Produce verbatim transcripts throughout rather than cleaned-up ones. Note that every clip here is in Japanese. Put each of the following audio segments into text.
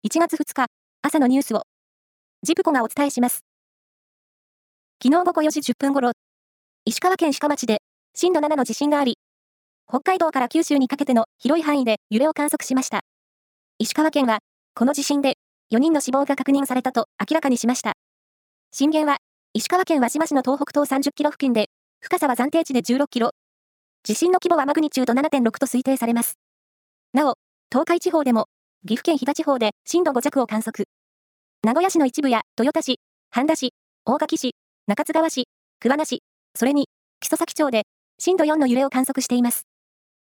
いちがつふつか、朝のニュースを、ジプコがお伝えします。昨日午後よじじゅっぷんごろ、石川県志賀町で震度ななの地震があり、北海道から九州にかけての広い範囲で揺れを観測しました。石川県は、この地震でよにんの死亡が確認されたと明らかにしました。震源は、石川県輪島市の東北東さんじゅっキロ付近で、深さは暫定値でじゅうろっキロ。地震の規模はマグニチュード ななてんろく と推定されます。なお、東海地方でも、岐阜県飛騨地方で震度ご弱を観測。名古屋市の一部や豊田市、半田市、大垣市、中津川市、桑名市、それに木曽岬町で震度よんの揺れを観測しています。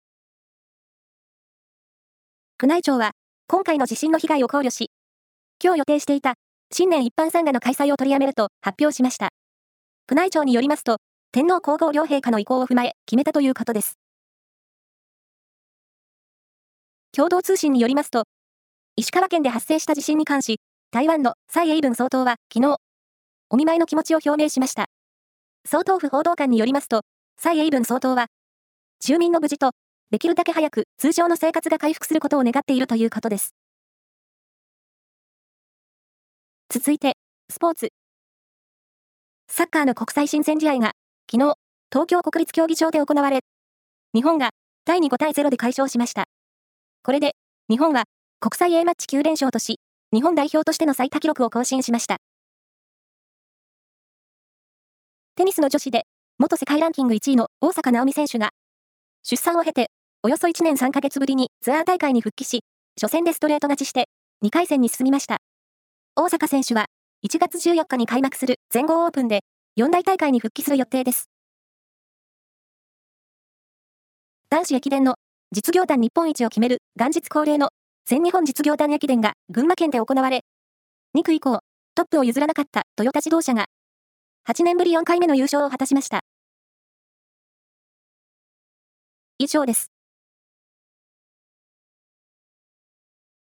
宮内庁は今回の地震の被害を考慮し、今日予定していた新年一般参賀の開催を取りやめると発表しました。宮内庁によりますと、天皇皇后両陛下の意向を踏まえ決めたということです。共同通信によりますと、石川県で発生した地震に関し、台湾の蔡英文総統は昨日、お見舞いの気持ちを表明しました。総統府報道官によりますと、蔡英文総統は、住民の無事と、できるだけ早く通常の生活が回復することを願っているということです。続いて、スポーツ。サッカーの国際親善試合が、昨日、東京国立競技場で行われ、日本がタイにごたいゼロで快勝しました。これで、日本は国際 A マッチきゅうれんしょうとし、日本代表としての最多記録を更新しました。テニスの女子で、元世界ランキングいちいの大坂なおみ選手が、出産を経て、およそいちねんさんかげつぶりにツアー大会に復帰し、初戦でストレート勝ちして、にかいせんに進みました。大坂選手は、いちがつじゅうよっかに開幕する全豪オープンで、よんだい大会に復帰する予定です。男子駅伝の実業団日本一を決める元日恒例の全日本実業団駅伝が群馬県で行われ、にく以降、トップを譲らなかったトヨタ自動車が、はちねんぶりよんかいめの優勝を果たしました。以上です。